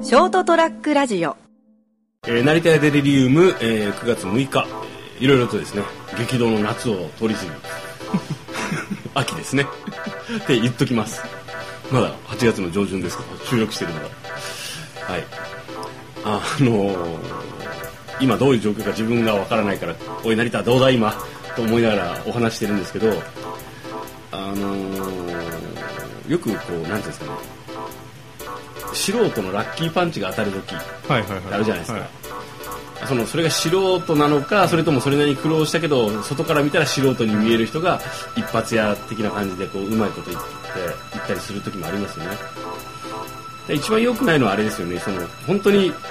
ショートトラックラジオ、 成田屋デリリウム、9月6日、いろいろとですね、激動の夏を通り過ぎ秋ですねって言っときます。まだ8月の上旬ですけど、収録してるのが、今どういう状況か自分がわからないから、おい成田どうだ今と思いながらお話してるんですけど、よくこうなんていうんですかね、素人のラッキーパンチが当たる時あるじゃないですか。それが素人なのか、それともそれなりに苦労したけど外から見たら素人に見える人が一発屋的な感じでこううまいこと言ったりする時もありますよね。で一番良くないのはあれですよね。本当に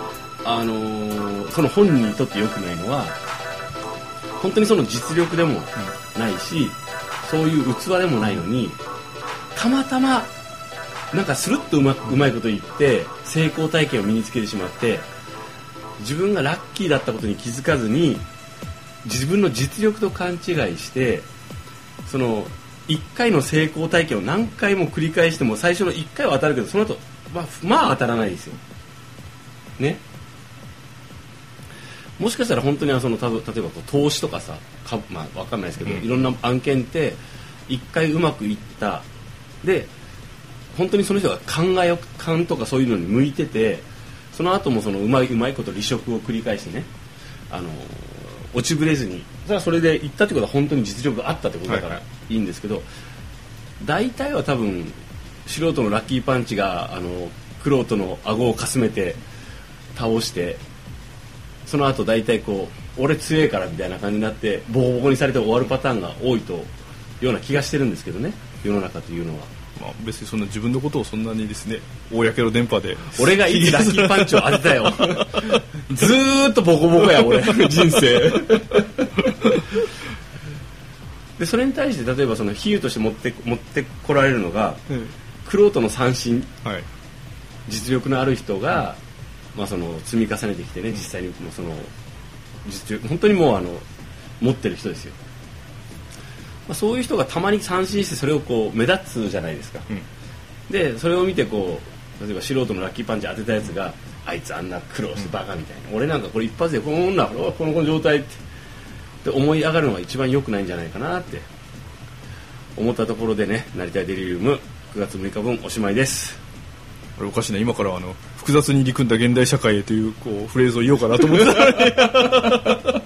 その本人にとって良くないのは、本当にその実力でもないし、そういう器でもないのに、たまたまなんかスルッとうまいこと言って成功体験を身につけてしまって、自分がラッキーだったことに気づかずに自分の実力と勘違いして、その1回の成功体験を何回も繰り返しても最初の1回は当たるけど、その後まあ当たらないですよね。もしかしたら本当に例えば投資とかさ、分かんないですけど、いろんな案件って1回うまくいったで、本当にその人が勘とかそういうのに向いてて、その後もそのうまいこと離職を繰り返してね、落ちぶれずに、それでいったってことは本当に実力があったってことだからいいんですけど、大体は多分素人のラッキーパンチが玄人の顎をかすめて倒して、その後大体こう俺強えからみたいな感じになってボコボコにされて終わるパターンが多いとような気がしてるんですけどね、世の中というのは。 別にそんな自分のことをそんなにですね、公の電波で俺がいつラッキーパンチを当てたよずーっとボコボコや俺人生でそれに対して例えばその比喩として持ってこられるのが、玄人の三振、実力のある人が、その積み重ねてきてね、実際にもうその実力本当にもう持ってる人ですよ。そういう人がたまに三振してそれをこう目立つじゃないですか、でそれを見てこう、例えば素人のラッキーパンチ当てたやつが、あいつあんな苦労してバカみたいな、俺なんかこれ一発でこの女この状態って思い上がるのが一番良くないんじゃないかなって思ったところでね、成田デリリウム9月6日分おしまいです。 あれおかしいな、今から複雑に入り組んだ現代社会へというフレーズを言おうかなと思ってた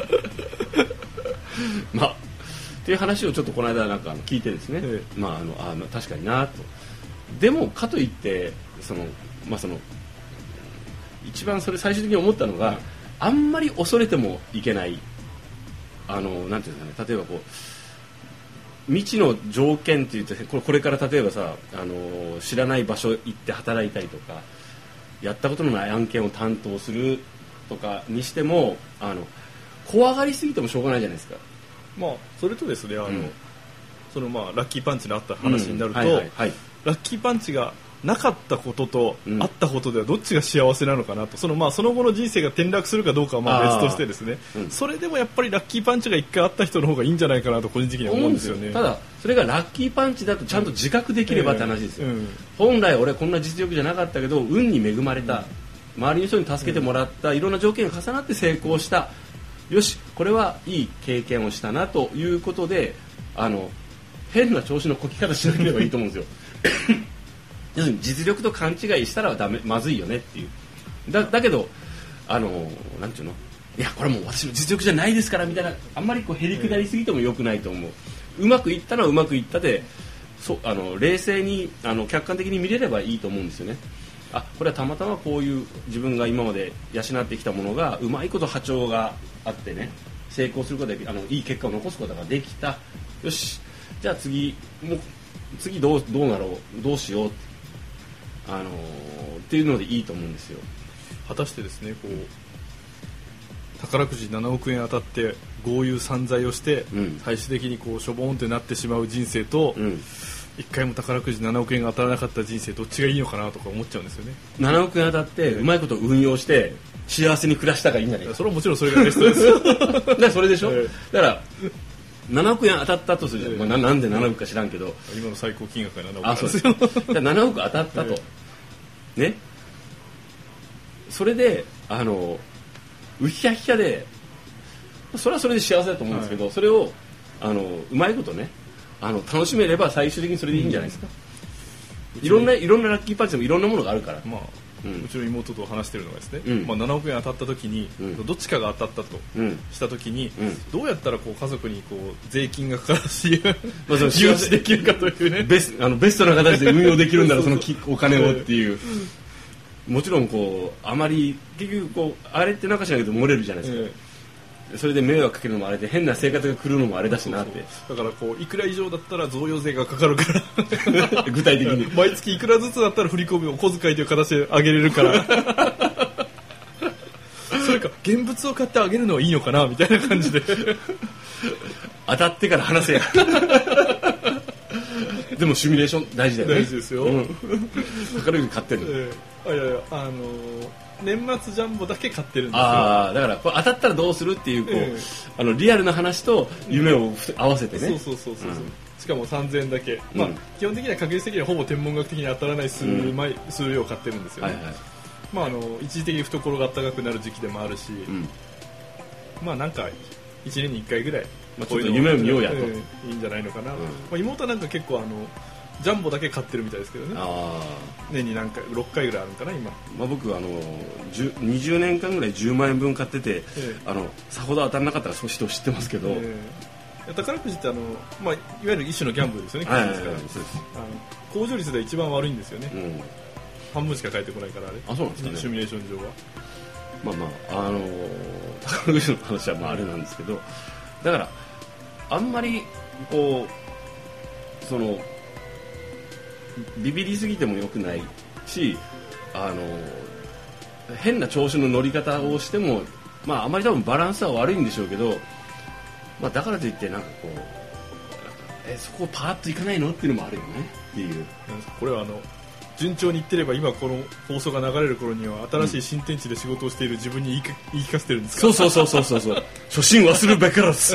っていう話をちょっとこの間なんか聞いてですね、確かになと。でもかといってその一番それ最終的に思ったのが、あんまり恐れてもいけない、なんていうんですかね、例えばこう未知の条件って言ってこれから例えばさ、知らない場所行って働いたりとか、やったことのない案件を担当するとかにしても、怖がりすぎてもしょうがないじゃないですか。 それとですね、ラッキーパンチのあった話になると、ラッキーパンチがなかったこととあったことではどっちが幸せなのかなと、その後の人生が転落するかどうかは別としてですね、それでもやっぱりラッキーパンチが1回あった人の方がいいんじゃないかなと個人的には思うんですよね。 ただそれがラッキーパンチだとちゃんと自覚できればって話ですよ、本来俺こんな実力じゃなかったけど運に恵まれた、周りの人に助けてもらった、いろんな条件が重なって成功した、よしこれはいい経験をしたなということで、変な調子のこき方しなければいいと思うんですよ要するに実力と勘違いしたらまずいよねっていう。だけどなんていうの、いやこれもう私の実力じゃないですからみたいな、あんまりこうへりくだりすぎても良くないと思う。うまくいったのはうまくいったで、冷静に客観的に見れればいいと思うんですよね。これはたまたまこういう自分が今まで養ってきたものがうまいこと波長があってね、成功することでいい結果を残すことができた。よし、じゃあ次どうなろう、どうしようっていうのでいいと思うんですよ。 果たしてですね、宝くじ7億円当たって豪遊散財をして、最終的にしょぼーんってなってしまう人生と、1回も宝くじ7億円が当たらなかった人生、どっちがいいのかなとか思っちゃうんですよね。 7億円当たってうまいこと運用して幸せに暮らしたがいいんじゃないか。 それはもちろんそれがベストですよだからそれでしょ、だから7億円当たったとするじゃん、なんで7億か知らんけど、 今の最高金額が7億ですよ。 7億当たったと、ね、 それでうひゃひゃでそれはそれで幸せだと思うんですけど、それをうまいことね楽しめれば最終的にそれでいいんじゃないですか。いろんなラッキーパンチでもいろんなものがあるから、 うちの妹と話してるのがですね、7億円当たった時に、どっちかが当たったとした時に、どうやったらこう家族にこう税金がかからず融資できるかというね、 ベストな形で運用できるんだろうそのお金をっていうもちろんこうあまり結局こうあれってなんかしないけど漏れるじゃないですか、それで迷惑かけるのもあれで変な生活が来るのもあれだしなって。 だからこういくら以上だったら贈与税がかかるから具体的に毎月いくらずつだったら振り込みお小遣いという形であげれるからそれか現物を買ってあげるのはいいのかなみたいな感じで当たってから話せやでもシミュレーション大事だよね。 大事ですよ、 宝くじ買ってるの、 いや年末ジャンボだけ買ってるんですよ。 だからこれ当たったらどうするっていうリアルな話と夢を合わせてね、 そう、しかも3000円だけ、基本的には確率的にはほぼ天文学的に当たらない数量を買ってるんですよね、一時的に懐が暖かくなる時期でもあるし、なんか1年に1回ぐらいちょっと夢を見ようやと、 いいんじゃないのかな、妹はなんか結構ジャンボだけ買ってるみたいですけどね。年に何回6回ぐらいあるのかな今。 僕20年間ぐらい10万円分買ってて、さほど当たらなかったら少し人知ってますけど、 宝くじっていわゆる一種のギャンブルですよね。控除率で一番悪いんですよね、半分しか返ってこないからあれ。 そうなんですかね。 シミュレーション上は宝くじの話はあれなんですけど、だからあんまりこうビビりすぎても良くないし、変な調子の乗り方をしても、あまり多分バランスは悪いんでしょうけど、だからといってなんかこうそこパーッといかないのっていうのもあるよねっていう。 これは順調にいってれば今この放送が流れる頃には新しい新天地で仕事をしている自分に言い聞かせてるんですか。 そう初心忘るべからず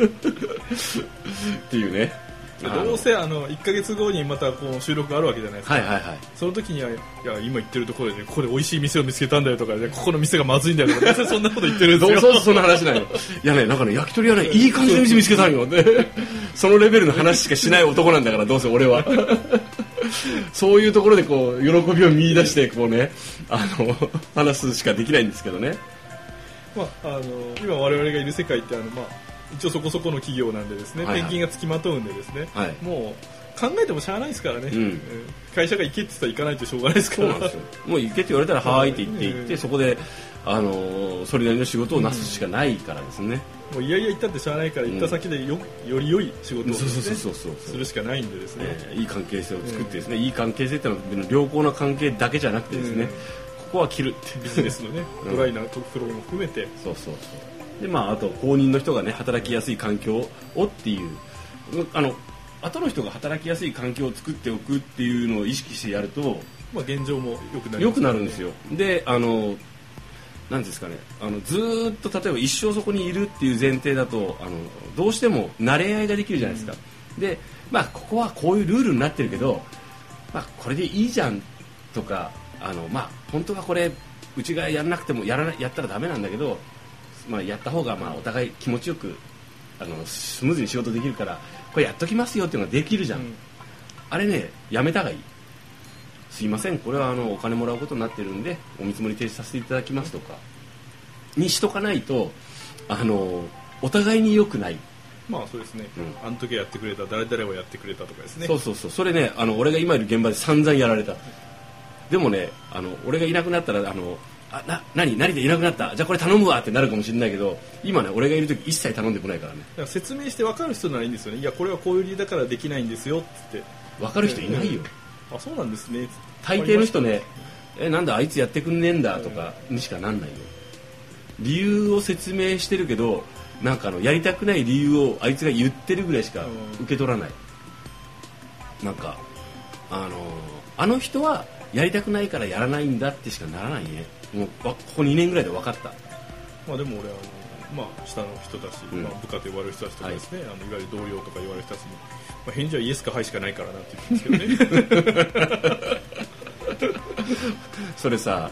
っていうね。 どうせ1ヶ月後にまたこの収録があるわけじゃないですか、その時にはいや今言ってるところで、ここで美味しい店を見つけたんだよとか、ここの店がまずいんだよとかそんなこと言ってるんですよ。 そうそんな話ないの。いやね、なんかね、焼き鳥はねいい感じの店見つけたんよそのレベルの話しかしない男なんだから、どうせ俺はそういうところでこう喜びを見出してこうね話すしかできないんですけどね。 今我々がいる世界って一応そこそこの企業なんでですね、転勤がつきまとうんでですね、もう考えてもしゃあないですからね、会社が行けって言ったら行かないとしょうがないですから。そうなんですよ。もう行けって言われたらはーいって言って行って、そこでそれなりの仕事をなすしかないからですね、もういやいや行ったってしゃあないから行った先でより良い仕事をするしかないんでですね、いい関係性を作ってですね、いい関係性ってのは良好な関係だけじゃなくてですね、ここは切るってビジネスのねドライなところも含めて、であと後任の人がね働きやすい環境をっていう後の人が働きやすい環境を作っておくっていうのを意識してやると、現状も良くなるんですよ。でなんですかね、ずーっと例えば一生そこにいるっていう前提だとどうしても慣れ合いができるじゃないですか、でここはこういうルールになってるけど、これでいいじゃんとか本当はこれうちがやらなくてもやったらダメなんだけど、やった方がお互い気持ちよくスムーズに仕事できるからこれやっときますよっていうのができるじゃん、あれねやめたがいい。すいませんこれはお金もらうことになってるんでお見積もり提出させていただきますとかにしとかないとお互いに良くない。そうですね、あの時やってくれた誰々をやってくれたとかですね。そうそれね俺が今いる現場で散々やられた。でもね俺がいなくなったら何でいなくなった、じゃあこれ頼むわってなるかもしれないけど、今ね俺がいる時一切頼んでこないからね。だから説明して分かる人ならいいんですよね。いやこれはこういう理由だからできないんですよって分かる人いないよ、そうなんですね。大抵の人ねなんだあいつやってくんねえんだとかにしかなんないよ。理由を説明してるけどなんかやりたくない理由をあいつが言ってるぐらいしか受け取らない。なんかあの人はやりたくないからやらないんだってしかならないね。もうここ2年ぐらいで分かった。でも俺下の人たち、部下と呼ばれる人たちとかですね、いわゆる同僚とか言われる人たちに、返事はイエスかハイしかないからなって言うんですけどねそれさ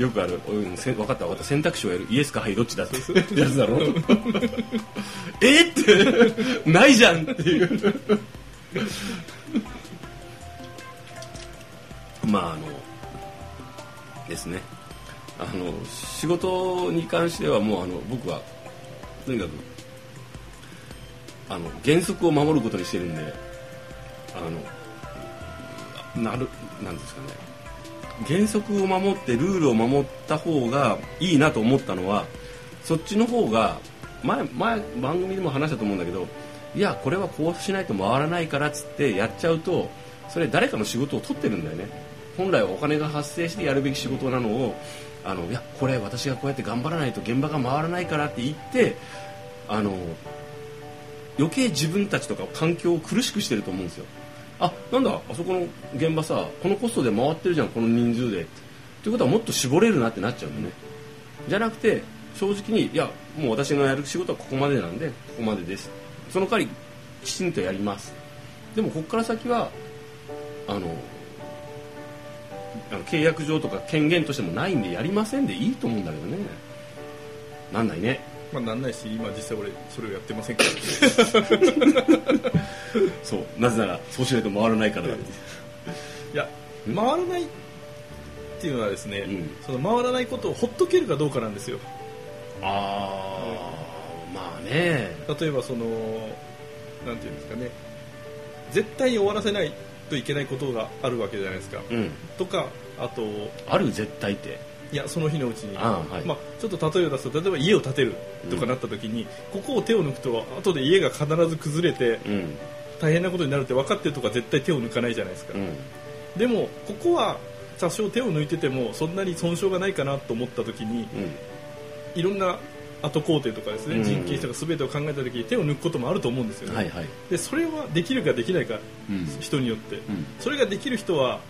よくある、分かった選択肢をやる、イエスかはいどっちだってやつだろってないじゃんっていうまあですね、仕事に関してはもう僕はとにかく原則を守ることにしてるんで、なんですかね、原則を守ってルールを守った方がいいなと思ったのは、そっちの方が前番組でも話したと思うんだけど、いやこれはこうしないと回らないからっつってやっちゃうと、それ誰かの仕事を取ってるんだよね。本来はお金が発生してやるべき仕事なのをいやこれ私がこうやって頑張らないと現場が回らないからって言って余計自分たちとか環境を苦しくしてると思うんですよ。なんだあそこの現場さこのコストで回ってるじゃんこの人数でということはもっと絞れるなってなっちゃうんだね。じゃなくて正直にいやもう私のやる仕事はここまでなんでここまでです、その代わりきちんとやります、でもここから先は契約上とか権限としてもないんでやりませんでいいと思うんだけどね。なんないね。 なんないし今実際俺それをやってませんからそうなぜならそうしないと回らないからだっていや回らないっていうのはですね、その回らないことをほっとけるかどうかなんですよ。 まあね、 例えばなんていうんですかね、絶対に終わらせないといけないことがあるわけじゃないですか、とかあとある絶対っていやその日のうちにはいちょっと例えを出すと、例えば家を建てるとかなった時に、ここを手を抜くと後で家が必ず崩れて、大変なことになるって分かってるとか絶対手を抜かないじゃないですか、でもここは多少手を抜いててもそんなに損傷がないかなと思った時に、いろんな後工程とかですね、人件費とか全てを考えた時に手を抜くこともあると思うんですよね、でそれはできるかできないか、人によって、それができる人は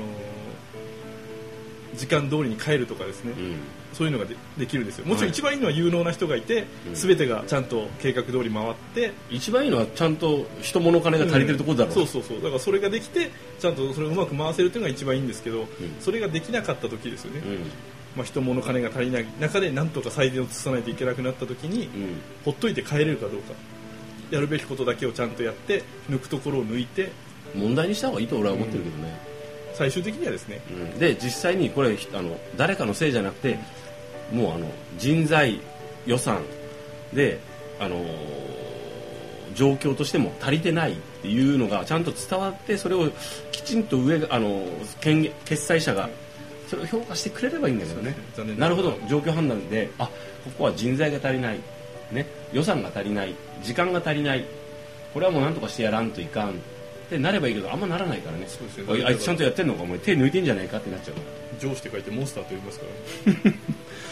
時間通りに帰るとかですね、そういうのが できるんですよ。もちろん一番いいのは有能な人がいて、全てがちゃんと計画通り回って、 一番いいのはちゃんと人物金が足りてるところだろう、 そうだからそれができてちゃんとそれをうまく回せるというのが一番いいんですけど、それができなかった時ですよね、人物金が足りない中でなんとか最善を尽くさないといけなくなった時に、ほっといて帰れるかどうか、やるべきことだけをちゃんとやって抜くところを抜いて問題にした方がいいと俺は思ってるけどね、 最終的にはですね、 で実際にこれ誰かのせいじゃなくて、もう人材予算で状況としても足りてないっていうのがちゃんと伝わって、それをきちんと決裁者がそれを評価してくれればいいんだけどね。なるほど、状況判断でここは人材が足りない、予算が足りない、時間が足りない、これはもう何とかしてやらんといかんってなればいいけど、あんまならないからね。そうですね、あいつちゃんとやってんのか、お前手抜いてんじゃないかってなっちゃうから。 上司って書いてモンスターと言いますからね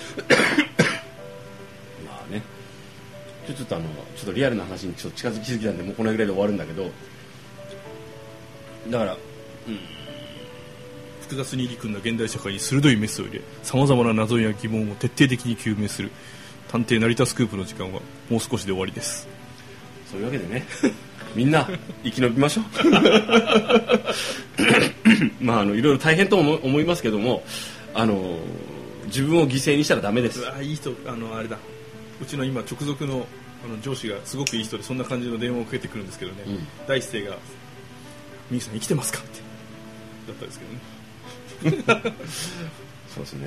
まあね、ちょっとリアルな話にちょっと近づきすぎたんでもうこのぐらいで終わるんだけど、だから、 複雑に入り組んだ現代社会に鋭いメスを入れ、さまざまな謎や疑問を徹底的に究明する探偵成田スクープの時間はもう少しで終わりです。 そういうわけでねみんな生き延びましょうまあいろいろ大変と思いますけども、自分を犠牲にしたらダメです。 いい人、あれだ、うちの今直属の上司がすごくいい人で、そんな感じの電話をかけてくるんですけどね、第一声がみゆきさん生きてますかってだったんですけどねそうですね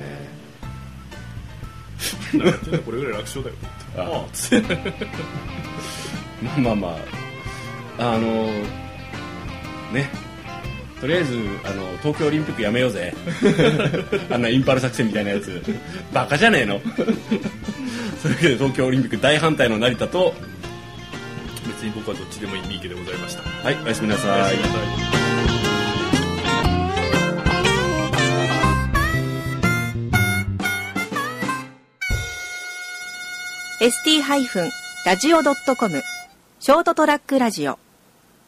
これぐらい楽勝だよまあね、とりあえず東京オリンピックやめようぜあんなインパール作戦みたいなやつバカじゃねえのそういうわけで東京オリンピック大反対の成田と、 別に僕はどっちでもいい三池でございました。 はい、おやすみなさい。 ST-radio.com ショートトラックラジオ